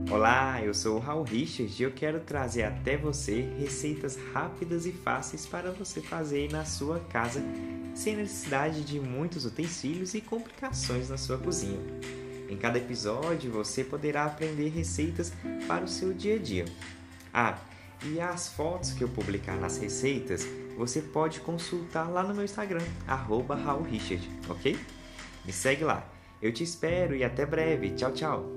Olá, eu sou o Raul Richard e eu quero trazer até você receitas rápidas e fáceis para você fazer aí na sua casa, sem necessidade de muitos utensílios e complicações na sua cozinha. Em cada episódio você poderá aprender receitas para o seu dia a dia. E as fotos que eu publicar nas receitas você pode consultar lá no meu Instagram, @RaulRichard, ok? Me segue lá. Eu te espero e até breve. Tchau, tchau!